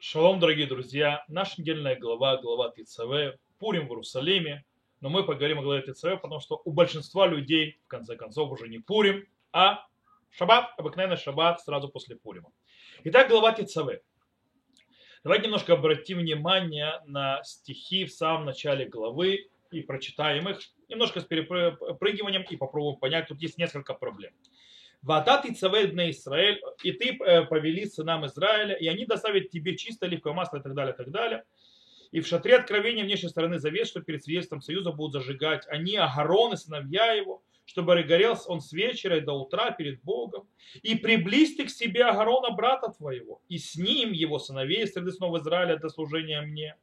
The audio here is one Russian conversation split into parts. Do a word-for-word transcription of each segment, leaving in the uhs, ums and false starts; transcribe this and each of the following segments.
Шалом, дорогие друзья! Наша недельная глава, глава Тецаве, Пурим в Иерусалиме. Но мы поговорим о главе Тецаве, потому что у большинства людей, в конце концов, уже не Пурим, а Шаббат, обыкновенный Шаббат сразу после Пурима. Итак, глава Тецаве. Давайте немножко обратим внимание на стихи в самом начале главы и прочитаем их немножко с перепрыгиванием и попробуем понять. Тут есть несколько проблем. Ваата Тецаве бней Исраэль, и ты повели сынам Израиля, и они доставят тебе чистое оливковое масло и так далее, и так далее. И в шатре откровения внешней стороны завет, что перед свидетельством союза будут зажигать они, Агарон и сыновья его, чтобы горел он с вечера и до утра перед Богом. И приблизь ты к себе Агарона, брата твоего, и с ним его сыновей среды снов Израиля для служения мне.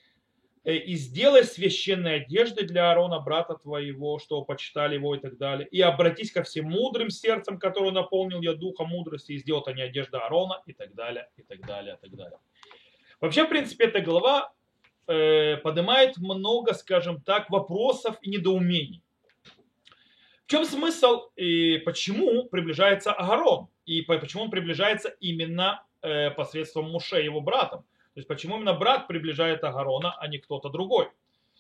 И сделай священные одежды для Аарона, брата твоего, что почитали его и так далее. И обратись ко всем мудрым сердцем, которое наполнил я духа мудрости, и сделают они одежды Аарона, и так далее, и так далее, и так далее. Вообще, в принципе, эта глава э, поднимает много, скажем так, вопросов и недоумений. В чем смысл и почему приближается Аарон? И почему он приближается именно э, посредством Моше, его братом? То есть почему именно брат приближает Агарона, а не кто-то другой?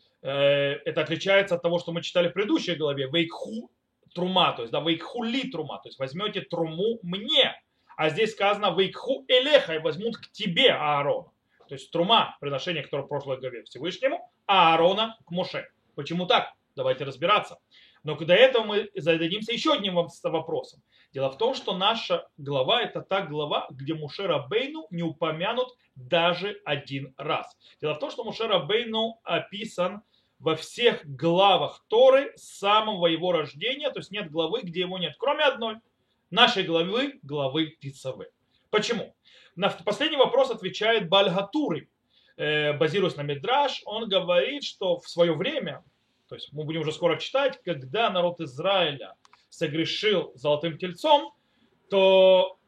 Это отличается от того, что мы читали в предыдущей главе. Вейкху трума, то есть да, вейкху ли трума, то есть возьмете труму мне. А здесь сказано вейкху элеха, и возьмут к тебе Аарона. То есть трума, приношение, которое в прошлой главе Всевышнему, а Аарона к Моше. Почему так? Давайте разбираться. Но до этого мы зададимся еще одним вопросом. Дело в том, что наша глава – это та глава, где Моше Рабейну не упомянут даже один раз. Дело в том, что Моше Рабейну описан во всех главах Торы с самого его рождения, то есть нет главы, где его нет, кроме одной – нашей главы, главы Тецаве. Почему? На последний вопрос отвечает Бальгатури, базируясь на Мидраш. Он говорит, что в свое время, то есть мы будем уже скоро читать, когда народ Израиля согрешил золотым тельцом, то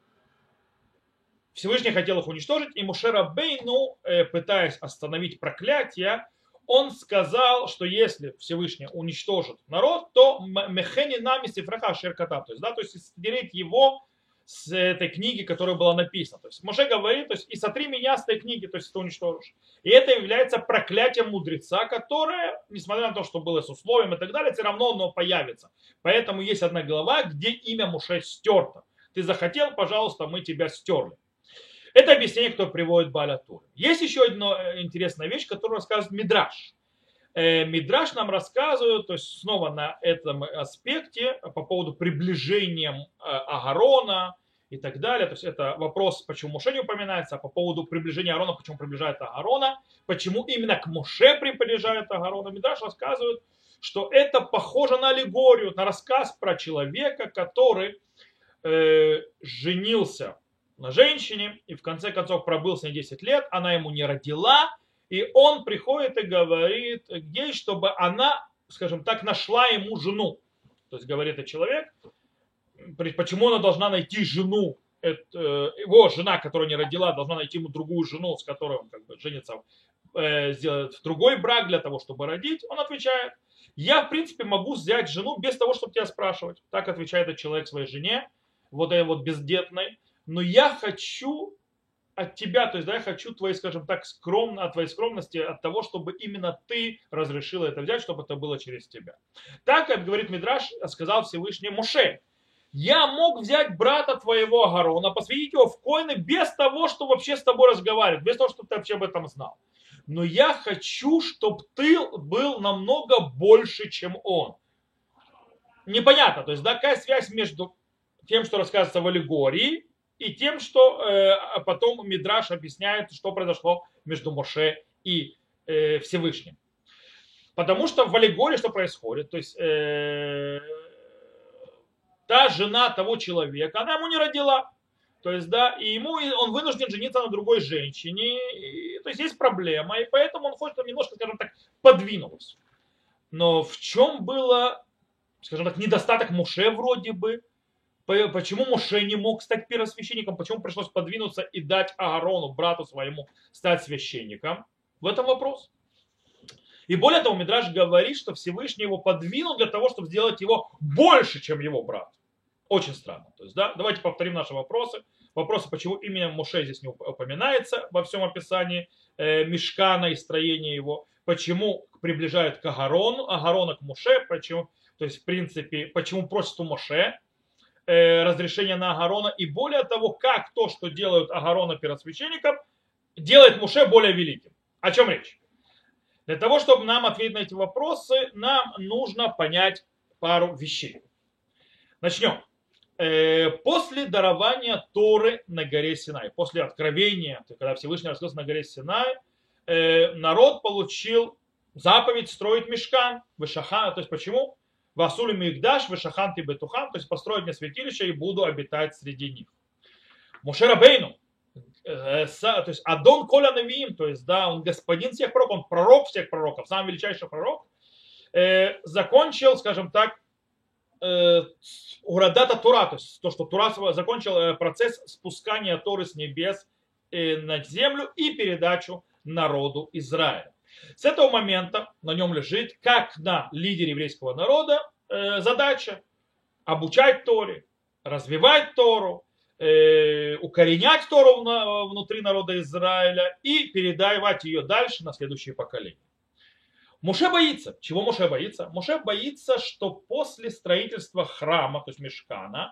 Всевышний хотел их уничтожить, и Моше Рабейну, пытаясь остановить проклятие, он сказал, что если Всевышний уничтожит народ, то мехени нами сифраха шерката, то есть, да, то есть стереть его с этой книги, которая была написана. То есть Моше говорит, то есть и сотри меня с этой книги, то есть ты уничтожишь. И это является проклятием мудреца, которое, несмотря на то, что было с условием и так далее, все равно оно появится. Поэтому есть одна глава, где имя Моше стерто. Ты захотел, пожалуйста, мы тебя стерли. Это объяснение, которое приводит Бааля Тура. Есть еще одна интересная вещь, которую рассказывает Мидраш. Мидраш нам рассказывает, то есть снова на этом аспекте по поводу приближения Агарона и так далее. То есть это вопрос, почему Моше не упоминается, а по поводу приближения Аарона, почему приближает Агарона, почему именно к Моше приближает Агарона. Мидраш рассказывает, что это похоже на аллегорию, на рассказ про человека, который э, женился на женщине и в конце концов пробыл с ней десять лет, она ему не родила. И он приходит и говорит ей, чтобы она, скажем так, нашла ему жену. То есть говорит этот человек, почему она должна найти жену, это, его жена, которая не родила, должна найти ему другую жену, с которой он как бы женится, э, сделает в другой брак для того, чтобы родить. Он отвечает, я в принципе могу взять жену без того, чтобы тебя спрашивать. Так отвечает этот человек своей жене, вот этой вот бездетной. Но я хочу от тебя, то есть, да, я хочу твоей, скажем так, скромно, от твоей скромности, от того, чтобы именно ты разрешила это взять, чтобы это было через тебя. Так, как говорит Мидраш, сказал Всевышний Моше, я мог взять брата твоего Агарона, посвятить его в коины без того, чтобы вообще с тобой разговаривать, без того, чтобы ты вообще об этом знал. Но я хочу, чтобы ты был намного больше, чем он. Непонятно, то есть, да, какая связь между тем, что рассказывается в аллегории, и тем, что э, потом Мидраш объясняет, что произошло между Моше и э, Всевышним. Потому что в аллегории что происходит? То есть э, та жена того человека, она ему не родила. То есть, да, и ему он вынужден жениться на другой женщине. И, то есть есть проблема, и поэтому он хочет, чтобы немножко, скажем так, подвинулось. Но в чем было, скажем так, недостаток Моше вроде бы? Почему Моше не мог стать первосвященником? Почему пришлось подвинуться и дать Аарону, брату своему, стать священником? В этом вопрос. И более того, Мидраш говорит, что Всевышний его подвинул для того, чтобы сделать его больше, чем его брат. Очень странно. То есть, да, давайте повторим наши вопросы. вопросы, почему именно Моше здесь не упоминается во всем описании э, Мишкана и строения его, почему приближают к Агарону, Агарона к Моше, почему, то есть в принципе, почему просят у Моше э, разрешение на Агарона, и более того, как то, что делают Агарона первосвященником, делает Моше более великим. О чем речь? Для того, чтобы нам ответить на эти вопросы, нам нужно понять пару вещей. Начнем. После дарования Торы на горе Синай, после откровения, когда Всевышний раскрылся на горе Синай, народ получил заповедь строить мишкан, вешахан, то есть почему? Васули мигдаш, вешахан ты бетухан, то есть построить мне святилище и буду обитать среди них. Моше Рабейну, то есть Адон Коля Навиим, то есть да, он господин всех пророков, он пророк всех пророков, самый величайший пророк, закончил, скажем так, Урадата Тура, то есть то, что Тура закончил процесс спускания Торы с небес на землю и передачу народу Израиля. С этого момента на нем лежит, как на лидере еврейского народа, задача обучать Торе, развивать Тору, укоренять Тору внутри народа Израиля и передавать ее дальше на следующее поколение. Моше боится. Чего Моше боится? Моше боится, что после строительства храма, то есть Мишкана,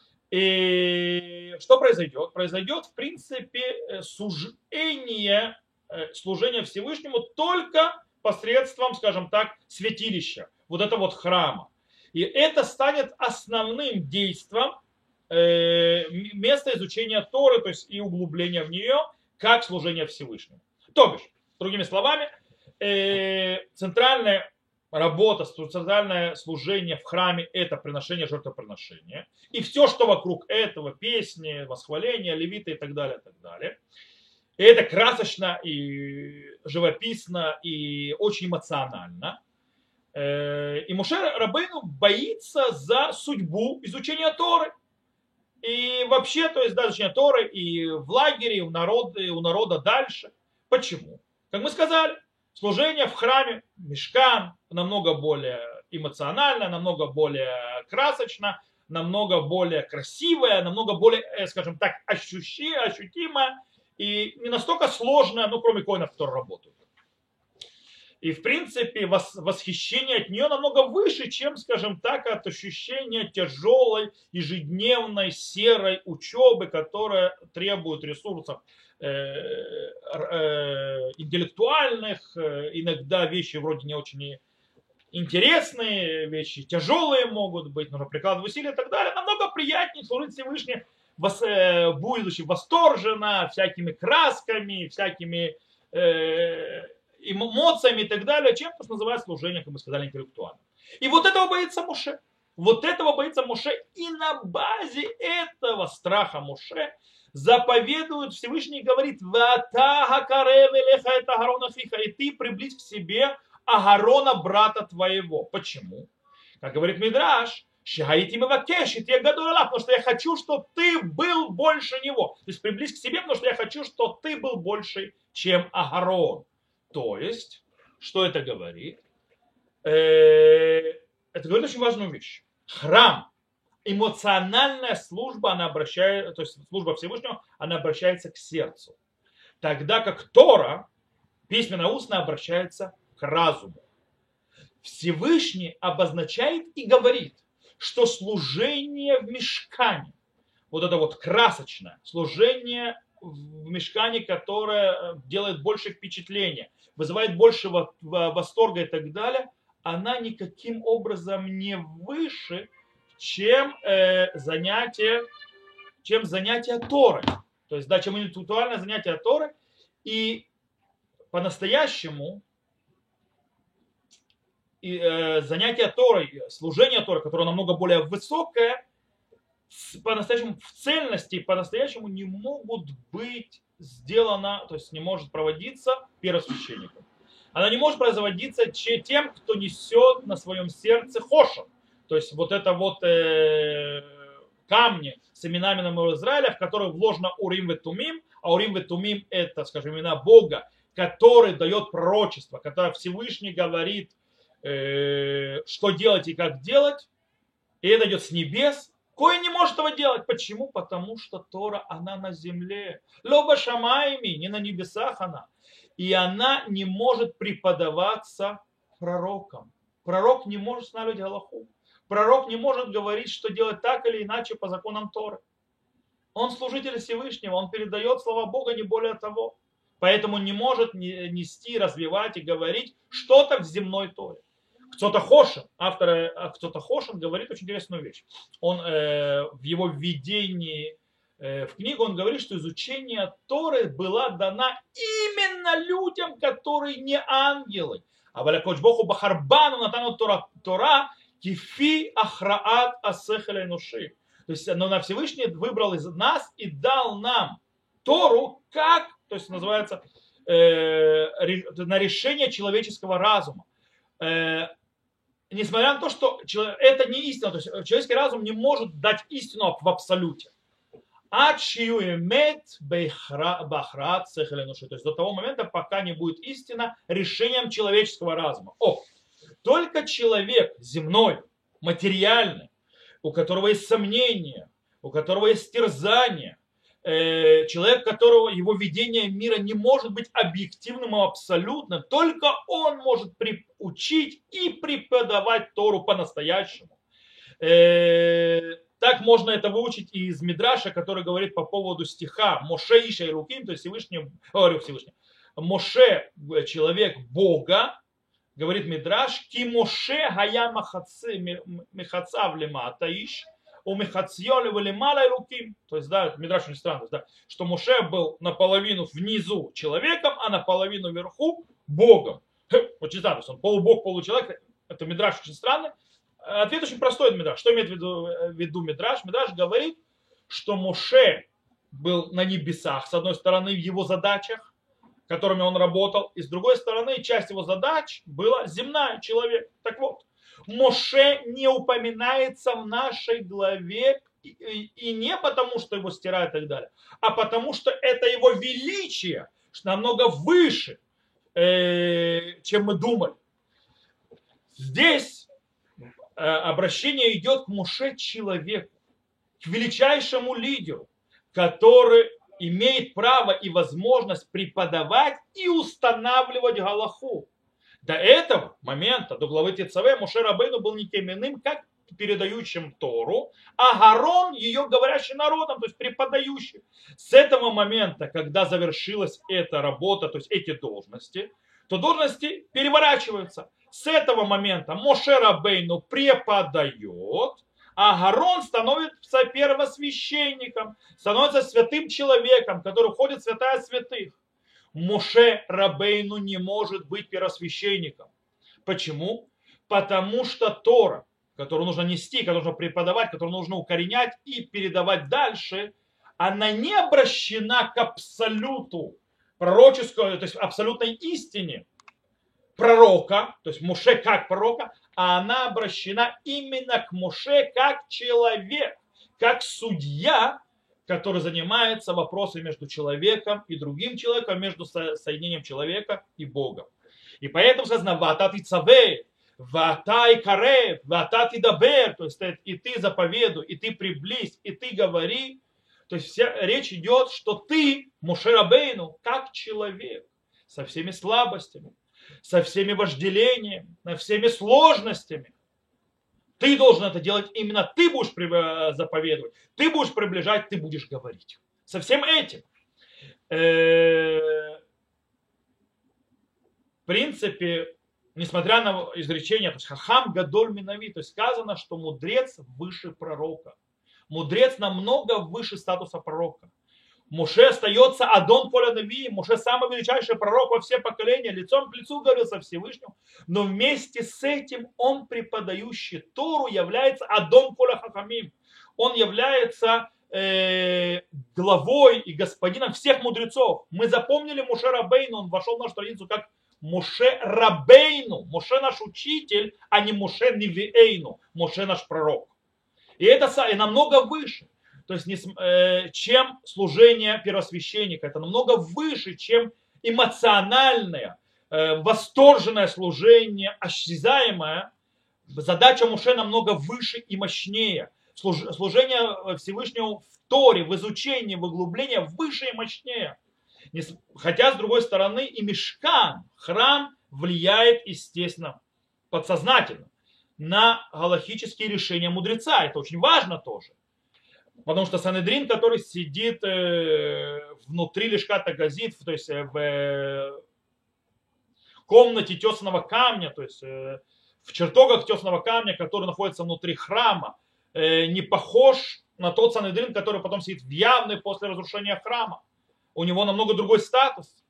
и что произойдет? Произойдет, в принципе, сужение служения Всевышнему только посредством, скажем так, святилища, вот этого вот храма. И это станет основным действием места изучения Торы, то есть и углубления в нее, как служение Всевышнему. То бишь, другими словами, центральная работа, центральное служение в храме – это приношение жертвоприношения. И все, что вокруг этого, песни, восхваления, левиты и так далее, и так далее. И это красочно и живописно и очень эмоционально. И Моше Рабейну боится за судьбу изучения Торы. И вообще, то есть, да, изучение Торы и в лагере, и у народа, и у народа дальше. Почему? Как мы сказали, служение в храме, мишкан, намного более эмоционально, намного более красочно, намного более красивое, намного более, скажем так, ощущи, ощутимо и не настолько сложное, ну, кроме коинов, которые работают. И, в принципе, восхищение от нее намного выше, чем, скажем так, от ощущения тяжелой, ежедневной, серой учебы, которая требует ресурсов интеллектуальных, иногда вещи вроде не очень интересные, вещи тяжелые могут быть, нужно прикладывать усилия и так далее. Намного приятнее служить Всевышнему, будучи восторженно, всякими красками, всякими эмоциями и так далее, чем то, что называется служение, как мы сказали, интеллектуальным. И вот этого боится Моше. Вот этого боится Моше. И на базе этого страха Моше заповедует Всевышний и говорит: и ты приблизь к себе Агарона, брата твоего. Почему? Как говорит Мидраш, потому что я хочу, чтобы ты был больше него. То есть приблизь к себе, потому что я хочу, чтобы ты был больше, чем Агарон. То есть, что это говорит? Это говорит очень важную вещь. Храм, эмоциональная служба, она обращается, то есть служба Всевышнего, она обращается к сердцу. Тогда как Тора, письменно-устно, обращается к разуму. Всевышний обозначает и говорит, что служение в мишкане, вот это вот красочное служение в мишкане, которое делает больше впечатления, вызывает больше восторга и так далее, она никаким образом не выше, чем э, занятие, чем занятие Торы. То есть, да, чем интеллектуальное занятие Торы. И по-настоящему и, э, занятие Торой, служение Торы, которое намного более высокое, по-настоящему в цельности, по-настоящему не могут быть сделано, то есть не может проводиться первосвященником. Она не может производиться тем, кто несет на своем сердце хошев. То есть вот это вот э, камни с именами народа Израиля, в которые вложено Урим и Тумим, а Урим и Тумим это, скажем, имена Бога, который дает пророчество, когда Всевышний говорит, э, что делать и как делать, и это идет с небес, Коин не может этого делать. Почему? Потому что Тора, она на земле. Лоба шамайми, не на небесах она. И она не может преподаваться пророкам. Пророк не может устанавливать галаху. Пророк не может говорить, что делать так или иначе по законам Торы. Он служитель Всевышнего, он передает слова Бога, не более того. Поэтому не может нести, развивать и говорить что-то в земной Торе. Кто-то Хошин, автор кто-то Хошин говорит очень интересную вещь. Он э, в его введении э, в книгу он говорит, что изучение Торы была дана именно людям, которые не ангелы. А валякоч Богу бахарбану натану Тора Тора кифи ахраат асехеля нуши. То есть, но на Всевышний выбрал из нас и дал нам Тору как, то есть называется, э, на решение человеческого разума. Э, несмотря на то, что это не истина, то есть человеческий разум не может дать истину в абсолюте. То есть до того момента, пока не будет истина решением человеческого разума. О, только человек земной, материальный, у которого есть сомнения, у которого есть терзание, э, человек, которого его видение мира не может быть объективным и абсолютным, только он может учить и преподавать Тору по-настоящему. Э, так можно это выучить и из Мидраша, который говорит по поводу стиха Моше Иша и Руким, то есть Всевышний, говорю Всевышний, Моше, человек Бога, говорит Мидраш, ки Моше гая мехацав лемата иш, у мехацьёле лемала и Руким. То есть, да, Мидраш очень странно, да, что Моше был наполовину внизу человеком, а наполовину вверху Богом. Очень странно, он полубог, получеловек. Это Мидраш очень странный. Ответ очень простой, Мидраш. Что имеет в виду, в виду Мидраш? Мидраш говорит, что Моше был на небесах, с одной стороны, в его задачах, которыми он работал, и с другой стороны, часть его задач была земная, человек. Так вот, Моше не упоминается в нашей главе, и, и не потому, что его стирают и так далее, а потому, что это его величие намного выше, э, чем мы думали. Здесь обращение идет к Моше человеку, к величайшему лидеру, который имеет право и возможность преподавать и устанавливать галаху. До этого момента, до главы Тецаве, Моше Рабейну был никем иным, как передающим Тору, а Гарон ее говорящий народом, то есть преподающий. С этого момента, когда завершилась эта работа, то есть эти должности, то должности переворачиваются. С этого момента Моше Рабейну преподает, а Гарон становится первосвященником, становится святым человеком, который входит в святая святых. Моше Рабейну не может быть первосвященником. Почему? Потому что Тора, которую нужно нести, которую нужно преподавать, которую нужно укоренять и передавать дальше, она не обращена к абсолюту пророческому, то есть абсолютной истине пророка, то есть Моше как пророка, а она обращена именно к Моше как человек, как судья, который занимается вопросами между человеком и другим человеком, между соединением человека и Богом. И поэтому сказано «Ваата тицаве», «Ваата икаре», «Ваата тидабер», то есть и ты заповедуй, и ты приблизь, и ты говори. То есть вся речь идет, что ты, Моше Рабейну, как человек, со всеми слабостями, со всеми вожделениями, со всеми сложностями. Ты должен это делать, именно ты будешь заповедовать, ты будешь приближать, ты будешь говорить. Со всем этим. В принципе, несмотря на изречение, то есть хахам гадоль минави, то есть сказано, что мудрец выше пророка. Мудрец намного выше статуса пророка. Моше остается Адон Коля Нави, Моше самый величайший пророк во все поколения, лицом к лицу говорил со Всевышним, но вместе с этим он, преподающий Тору, является Адон Коля Хахамим. Он является э, главой и господином всех мудрецов. Мы запомнили Моше Рабейну, он вошел в нашу страницу как Моше Рабейну, Моше наш учитель, а не Моше Нивиэйну, Моше наш пророк. И это и намного выше. То есть, чем служение первосвященника. Это намного выше, чем эмоциональное, восторженное служение, осязаемое. Задача Моше намного выше и мощнее. служение Всевышнему в Торе, в изучении, в углублении выше и мощнее. Хотя, с другой стороны, и мишкан, храм, влияет, естественно, подсознательно на галахические решения мудреца. Это очень важно тоже. Потому что Санедрин, который сидит внутри Лишката Газит, то есть в комнате тесаного камня, то есть в чертогах тесаного камня, который находится внутри храма, не похож на тот Санедрин, который потом сидит в явной после разрушения храма. У него намного другой статус.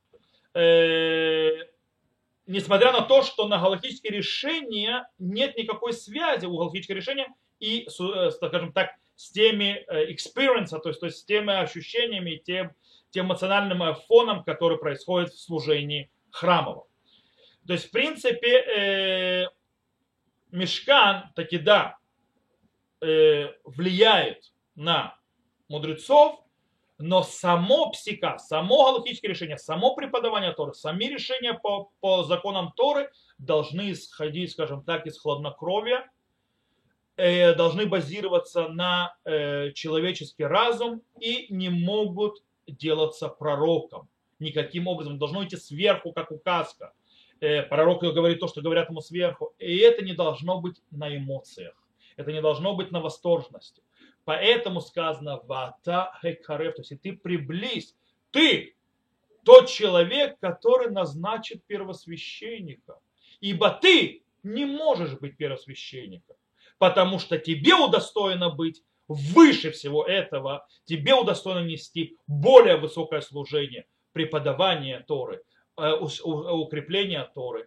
Несмотря на то, что на галахические решения нет никакой связи у галахического решения и, скажем так, с теми experience, то есть, то есть с теми ощущениями, тем, тем эмоциональным фоном, который происходит в служении храмовом. То есть, в принципе, э, мишкан таки да э, влияет на мудрецов, но само псика, само галахическое решение, само преподавание Торы, сами решения по, по законам Торы должны исходить, скажем так, из хладнокровия, э, должны базироваться на э, человеческий разум и не могут делаться пророком. Никаким образом. Должно идти сверху, как указка. Э, пророк говорит то, что говорят ему сверху. И это не должно быть на эмоциях. Это не должно быть на восторженности. Поэтому сказано «Вата хекарев», то есть и ты приблизь, ты тот человек, который назначит первосвященника. Ибо ты не можешь быть первосвященником, потому что тебе удостоено быть выше всего этого, тебе удостоено нести более высокое служение, преподавание Торы, укрепление Торы,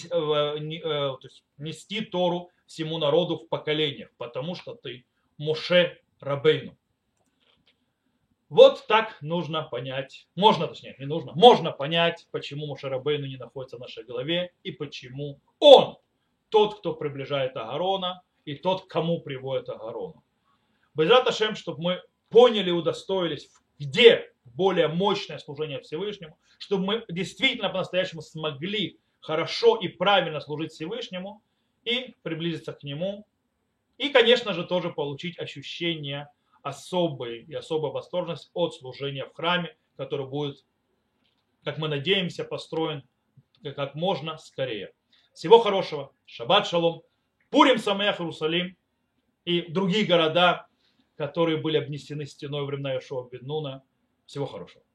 нести Тору всему народу в поколениях, потому что ты Моше Рабейну. Вот так нужно понять, можно, точнее, не нужно, можно понять, почему Моше Рабейну не находится в нашей голове и почему он тот, кто приближает Агарона и тот, кому приводит Агарону. Безрат Ашем, чтобы мы поняли и удостоились, где более мощное служение Всевышнему, чтобы мы действительно по-настоящему смогли хорошо и правильно служить Всевышнему и приблизиться к Нему. И, конечно же, тоже получить ощущение особой и особой восторженности от служения в храме, который будет, как мы надеемся, построен как можно скорее. Всего хорошего. Шаббат шалом. Пурим Самеах Иерусалим и другие города, которые были обнесены стеной времена Йошуа бен Нуна. Всего хорошего.